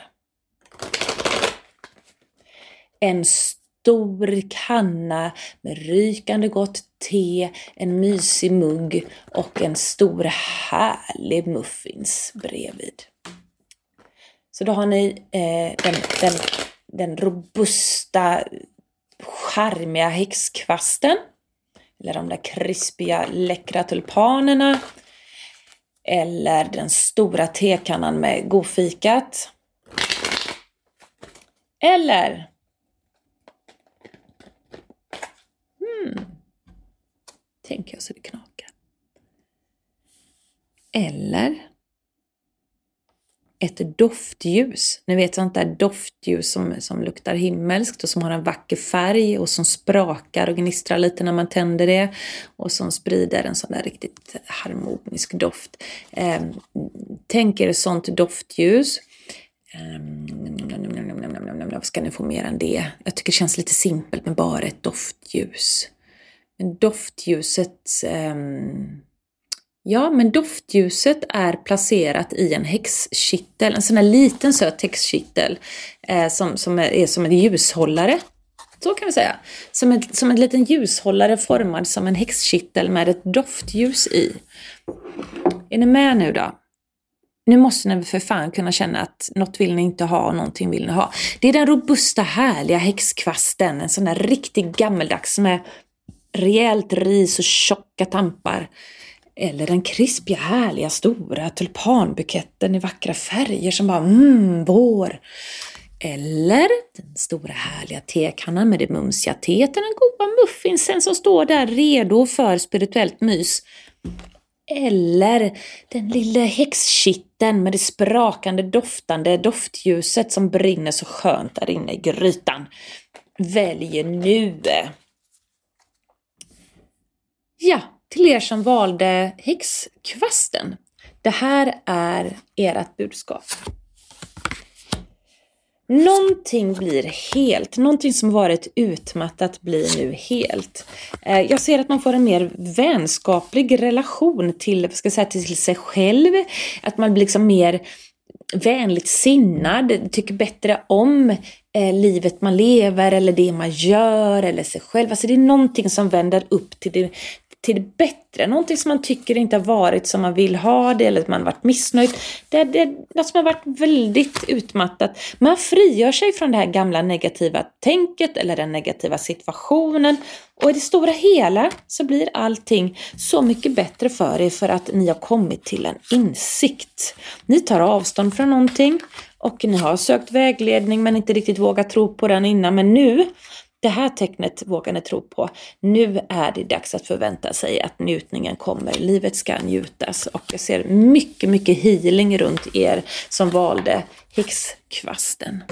En stor kanna med rykande gott te, en mysig mugg och en stor härlig muffins bredvid. Så då har ni eh, den, den den robusta, charmiga häxkvasten. Eller de där krispiga, läckra tulpanerna. Eller den stora tekannan med godfikat. Eller... Hmm. Tänker jag så det knakar. Eller... ett doftljus. Ni vet sånt där doftljus som, som luktar himmelskt och som har en vacker färg och som sprakar och gnistrar lite när man tänder det. Och som sprider en sån där riktigt harmonisk doft. Eh, tänk er sånt doftljus. Eh, vad ska ni få mer än det? Jag tycker det känns lite simpelt med bara ett doftljus. Men doftljuset... Eh, Ja, men doftljuset är placerat i en häxkittel. En sån här liten söt häxkittel eh, som, som är, är som en ljushållare. Så kan vi säga. Som en, som en liten ljushållare formad som en häxkittel med ett doftljus i. Är ni med nu då? Nu måste ni för fan kunna känna att något vill ni inte ha och någonting vill ni ha. Det är den robusta, härliga häxkvasten. En sån där riktigt gammeldags med rejält ris och tjocka tampar. Eller den krispiga, härliga, stora tulpanbuketten i vackra färger som bara, mm, vår. Eller den stora, härliga tekannan med det mumsiga teet. Den goda muffinsen som står där redo för spirituellt mys. Eller den lilla häxkitteln med det sprakande, doftande doftljuset som brinner så skönt där inne i grytan. Välj nu. Ja. Till er som valde häxkvasten. Det här är ert budskap. Någonting blir helt. Någonting som varit utmattat blir nu helt. Jag ser att man får en mer vänskaplig relation till, vad ska jag säga, till sig själv. Att man blir liksom mer vänligt sinnad. Tycker bättre om eh, livet man lever eller det man gör eller sig själv. Alltså det är någonting som vänder upp till det till det bättre. Någonting som man tycker inte har varit som man vill ha det eller att man har varit missnöjd. Det, det är något som har varit väldigt utmattat. Man frigör sig från det här gamla negativa tänket eller den negativa situationen. Och i det stora hela så blir allting så mycket bättre för er för att ni har kommit till en insikt. Ni tar avstånd från någonting och ni har sökt vägledning men inte riktigt vågat tro på den innan. Men nu... Det här tecknet vågar ni tro på. Nu är det dags att förvänta sig att njutningen kommer. Livet ska njutas. Och jag ser mycket, mycket healing runt er som valde häxkvasten.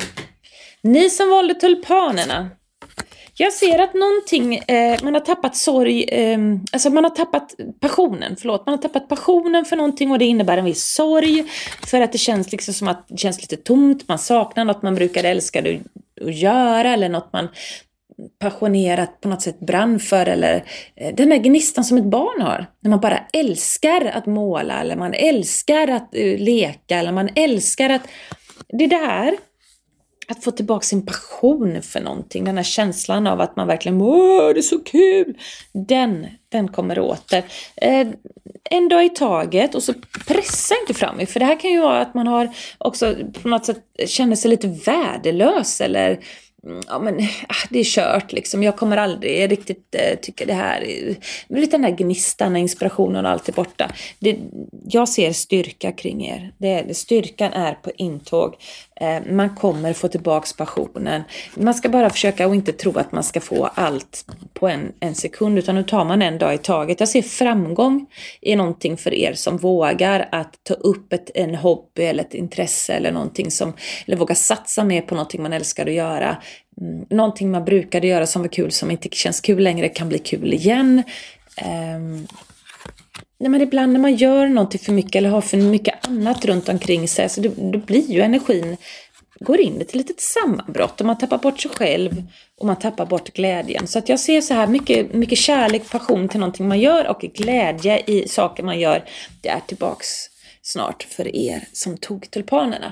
Ni som valde tulpanerna. Jag ser att någonting, eh, man har tappat sorg, eh, alltså man har tappat passionen, förlåt, man har tappat passionen för någonting och det innebär en viss sorg för att det känns liksom som att det känns lite tomt, man saknar något man brukar älska att göra eller något man passionerat på något sätt brann för eller eh, den här gnistan som ett barn har, när man bara älskar att måla eller man älskar att uh, leka eller man älskar att, det där att få tillbaka sin passion för någonting. Den här känslan av att man verkligen, åh det är så kul. Den, den kommer åter. Eh, en dag i taget och så pressa inte fram er. För det här kan ju vara att man har också på något sätt känner sig lite värdelös eller ja men ah, det är kört liksom. Jag kommer aldrig riktigt eh, tycka det här är lite den här gnistan och inspirationen och allt är borta. Det, jag ser styrka kring er. Det, styrkan är på intåg. Eh, man kommer få tillbaks passionen. Man ska bara försöka och inte tro att man ska få allt på en, en sekund utan nu tar man en dag i taget. Jag ser framgång i någonting för er som vågar att ta upp ett, en hobby eller ett intresse eller någonting som, eller våga satsa mer på någonting man älskar att göra. Mm, någonting man brukade göra som var kul som inte känns kul längre kan bli kul igen. Um, nej, men ibland när man gör någonting för mycket eller har för mycket annat runt omkring sig så då, då blir ju energin går in till ett litet sammanbrott och man tappar bort sig själv och man tappar bort glädjen. Så att jag ser så här mycket, mycket kärlek, passion till någonting man gör och glädje i saker man gör. Det är tillbaks snart för er som tog tulpanerna.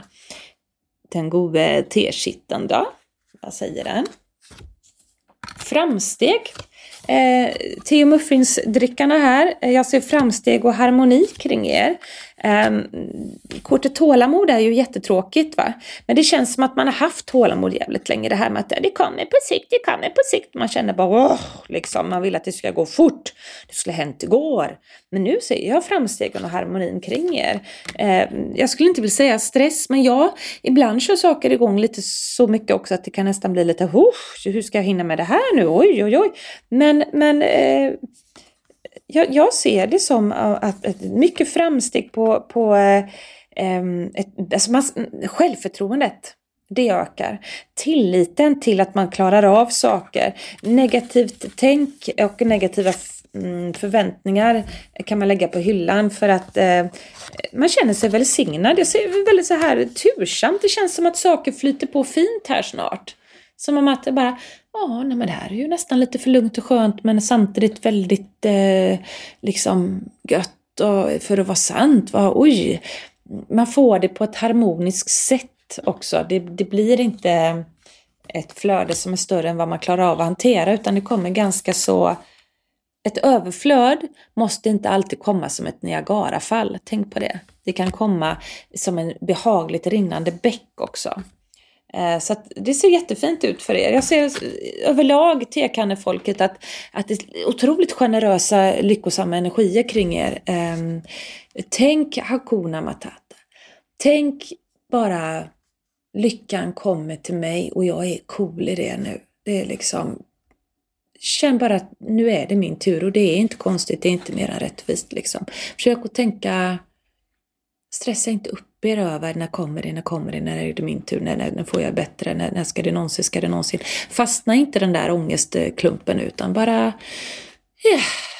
Den gode tekitteln då. Vad säger den? Framsteg. Eh, te- och muffinsdrickarna här. Jag ser framsteg och harmoni kring er. Eh, kortet tålamod är ju jättetråkigt, va? Men det känns som att man har haft tålamod jävligt länge. Det här med att det kommer på sikt, det kommer på sikt. Man känner bara, åh, liksom. Man vill att det ska gå fort. Det skulle hänt igår. Men nu ser jag framstegen och harmonin kring er. Eh, jag skulle inte vilja säga stress, men ja, ibland kör saker igång lite så mycket också att det kan nästan bli lite, hur ska jag hinna med det här nu? Oj, oj, oj. Men, men eh, jag, jag ser det som att, att mycket framsteg på, på eh, ett, alltså man, självförtroendet. Det ökar. Tilliten till att man klarar av saker. Negativt tänk och negativa förväntningar kan man lägga på hyllan för att eh, man känner sig välsignad. Jag ser väldigt så här tursamt. Det känns som att saker flyter på fint här snart. Som om att det bara, ja, nej, men det här är ju nästan lite för lugnt och skönt, men samtidigt väldigt eh, liksom gött och för att vara sant. Va? Oj, man får det på ett harmoniskt sätt också. Det, det blir inte ett flöde som är större än vad man klarar av att hantera, utan det kommer ganska så. Ett överflöd måste inte alltid komma som ett Niagarafall. Tänk på det. Det kan komma som en behagligt rinnande bäck också. Så att det ser jättefint ut för er. Jag ser överlag tekannefolket att, att det är otroligt generösa, lyckosamma energier kring er. Tänk Hakuna Matata. Tänk bara lyckan kommer till mig och jag är cool i det nu. Det är liksom... Känn bara att nu är det min tur och det är inte konstigt, det är inte mer än rättvist liksom. Försök att tänka, stressa inte upp er över när kommer det, när kommer det, när är det min tur, när, när får jag bättre, när, när ska det någonsin, ska det någonsin. Fastna inte den där ångestklumpen utan bara ja,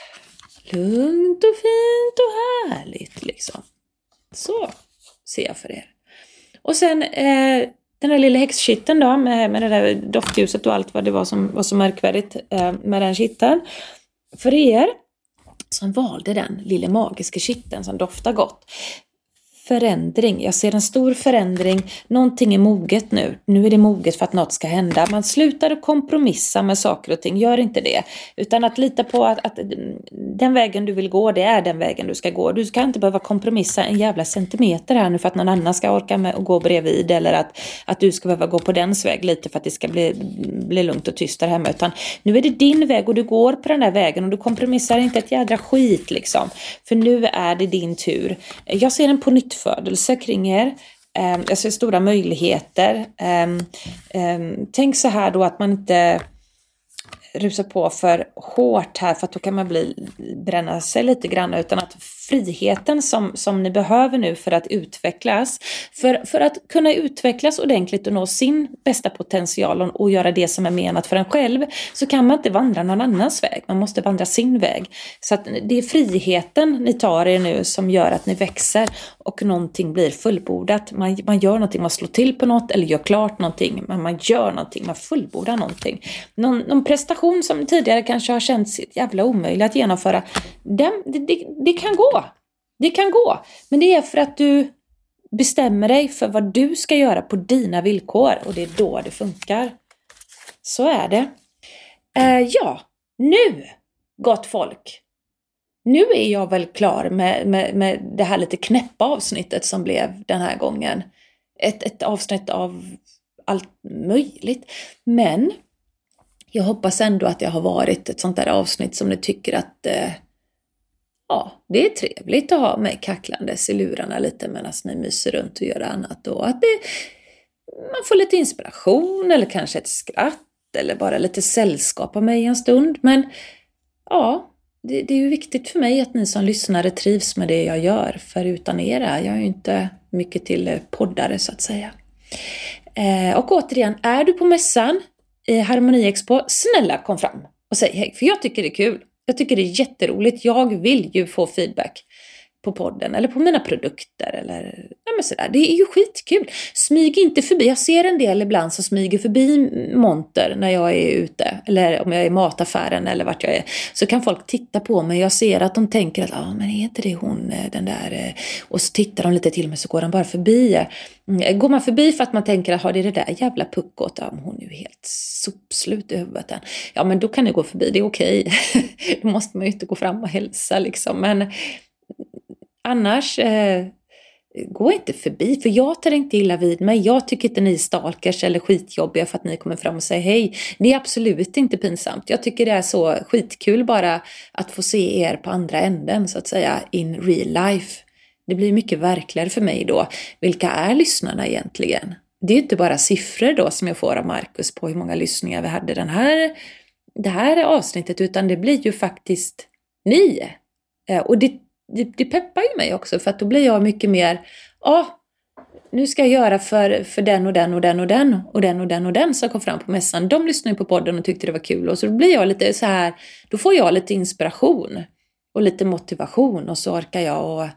lugnt och fint och härligt liksom. Så ser jag för er. Och sen eh, den här lilla häxkitteln då, med, med det där doftljuset och allt vad det var som var så märkvärdigt eh, med den kitteln. För er som valde den lilla magiska kitteln som doftar gott. Förändring. Jag ser en stor förändring. Någonting är moget nu. Nu är det moget för att något ska hända. Man slutar att kompromissa med saker och ting. Gör inte det. Utan att lita på att, att den vägen du vill gå, det är den vägen du ska gå. Du ska inte behöva kompromissa en jävla centimeter här nu för att någon annan ska orka med att gå bredvid. Eller att, att du ska behöva gå på dens väg lite för att det ska bli, bli lugnt och tyst där hemma. Utan nu är det din väg och du går på den där vägen. Och du kompromissar inte ett jädra skit liksom. För nu är det din tur. Jag ser en på nytt födelse kring er. Jag ser stora möjligheter. Tänk så här då att man inte rusar på för hårt här, för att då kan man bli, bränna sig lite grann, utan att friheten som, som ni behöver nu för att utvecklas, för, för att kunna utvecklas ordentligt och nå sin bästa potential och, och göra det som är menat för en själv, så kan man inte vandra någon annans väg, man måste vandra sin väg. Så att det är friheten ni tar er nu som gör att ni växer och någonting blir fullbordat. Man, man gör någonting, man slår till på något eller gör klart någonting, men man gör någonting, man fullbordar någonting. Någon, någon prestation som tidigare kanske har känts jävla omöjligt att genomföra, det, det, det kan gå. Det kan gå. Men det är för att du bestämmer dig för vad du ska göra på dina villkor. Och det är då det funkar. Så är det. Eh, ja, nu, gott folk. Nu är jag väl klar med, med, med det här lite knäppa avsnittet som blev den här gången. Ett, ett avsnitt av allt möjligt. Men jag hoppas ändå att det har varit ett sånt där avsnitt som ni tycker att eh, ja, det är trevligt att ha med kacklandes i lurarna lite medan ni myser runt och gör annat. Och att det, man får lite inspiration eller kanske ett skratt eller bara lite sällskap av mig en stund. Men ja, det, det är ju viktigt för mig att ni som lyssnare trivs med det jag gör. För utan er är jag ju inte mycket till poddare så att säga. Eh, och återigen, är du på mässan i Harmoni Expo, snälla kom fram och säg hej, för jag tycker det är kul. Jag tycker det är jätteroligt. Jag vill ju få feedback på podden eller på mina produkter eller ja, men sådär. Det är ju skitkul. Smyg inte förbi. Jag ser en del ibland som smyger förbi monter när jag är ute eller om jag är i mataffären eller vart jag är. Så kan folk titta på mig. Jag ser att de tänker att ah, men är inte det hon den där, och så tittar de lite till mig så går de bara förbi. Går man förbi för att man tänker att ah, det är det där jävla puckot, ja, hon är ju helt sopslut i huvudet. Ja, men då kan det gå förbi, det är okej. Då måste man ju inte gå fram och hälsa liksom. Men annars eh, gå inte förbi, för jag tar inte illa vid mig. Jag tycker inte ni är stalkers eller skitjobbiga för att ni kommer fram och säger hej. Det är absolut inte pinsamt. Jag tycker det är så skitkul bara att få se er på andra änden så att säga, in real life. Det blir mycket verkligare för mig då. Vilka är lyssnarna egentligen? Det är ju inte bara siffror då som jag får av Marcus på hur många lyssningar vi hade den här, det här avsnittet, utan det blir ju faktiskt ni. Och det, det, det peppar ju mig också, för att då blir jag mycket mer, ja, nu ska jag göra för, för den och den och den och den och den och den och den som kom fram på mässan. De lyssnade ju på podden och tyckte det var kul, och så blir jag lite så här, då får jag lite inspiration och lite motivation, och så orkar jag och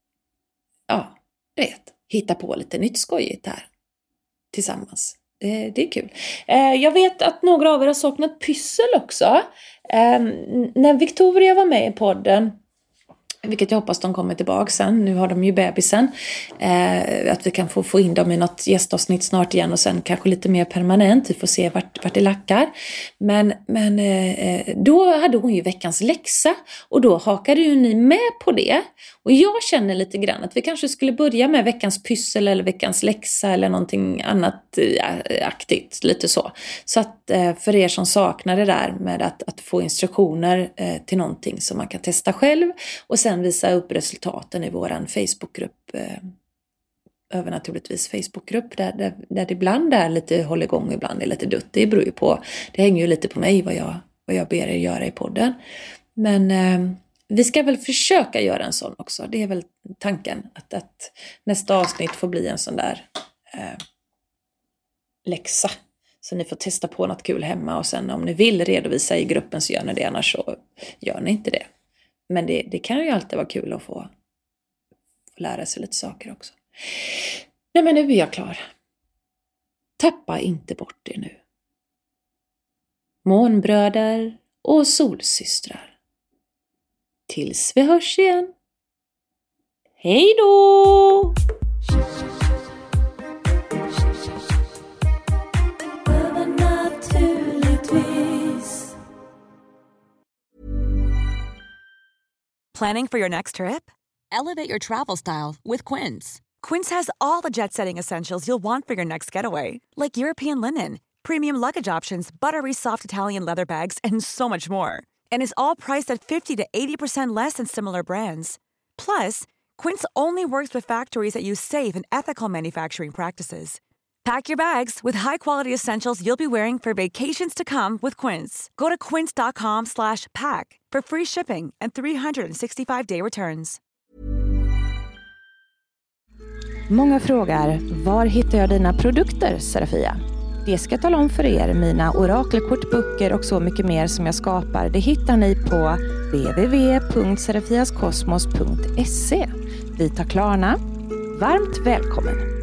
ja, vet, hitta på lite nytt skojigt här tillsammans. Det, det är kul. Eh, jag vet att några av er har saknat pyssel också. Eh, när Victoria var med i podden, vilket jag hoppas de kommer tillbaka sen. Nu har de ju bebisen. Eh, att vi kan få, få in dem i något gästavsnitt snart igen. Och sen kanske lite mer permanent. Vi får se vart, vart det lackar. Men, men eh, då hade hon ju veckans läxa. Och då hakade ju ni med på det. Och jag känner lite grann att vi kanske skulle börja med veckans pyssel. Eller veckans läxa. Eller någonting annat eh, aktigt. Lite så. Så att eh, för er som saknar det där med att, att få instruktioner eh, till någonting som man kan testa själv. Och sen visa upp resultaten i våran Facebookgrupp, eh, övernaturligtvis Facebookgrupp, där, där, där det ibland är lite håller igång, ibland är lite dött. Det beror ju på, det hänger ju lite på mig vad jag, vad jag ber er göra i podden. Men eh, vi ska väl försöka göra en sån också. Det är väl tanken, att, att nästa avsnitt får bli en sån där eh, läxa. Så ni får testa på något kul hemma, och sen om ni vill redovisa i gruppen så gör ni det, annars så gör ni inte det. Men det, det kan ju alltid vara kul att få, få lära sig lite saker också. Nej, men nu är jag klar. Tappa inte bort det nu. Månbröder och solsystrar. Tills vi hörs igen. Hej då! Planning for your next trip? Elevate your travel style with Quince. Quince has all the jet-setting essentials you'll want for your next getaway, like European linen, premium luggage options, buttery soft Italian leather bags, and so much more. And is all priced at fifty to eighty percent less than similar brands. Plus, Quince only works with factories that use safe and ethical manufacturing practices. Pack your bags with high-quality essentials you'll be wearing for vacations to come with Quince. Go to quince.com slash pack for free shipping and three sixty-five day returns. Många frågar, var hittar jag dina produkter, Serafia? Det ska jag tala om för er. Mina orakelkortböcker och så mycket mer som jag skapar, det hittar ni på w w w punkt serafiaskosmos punkt se. Vi tar Klarna. Varmt välkommen!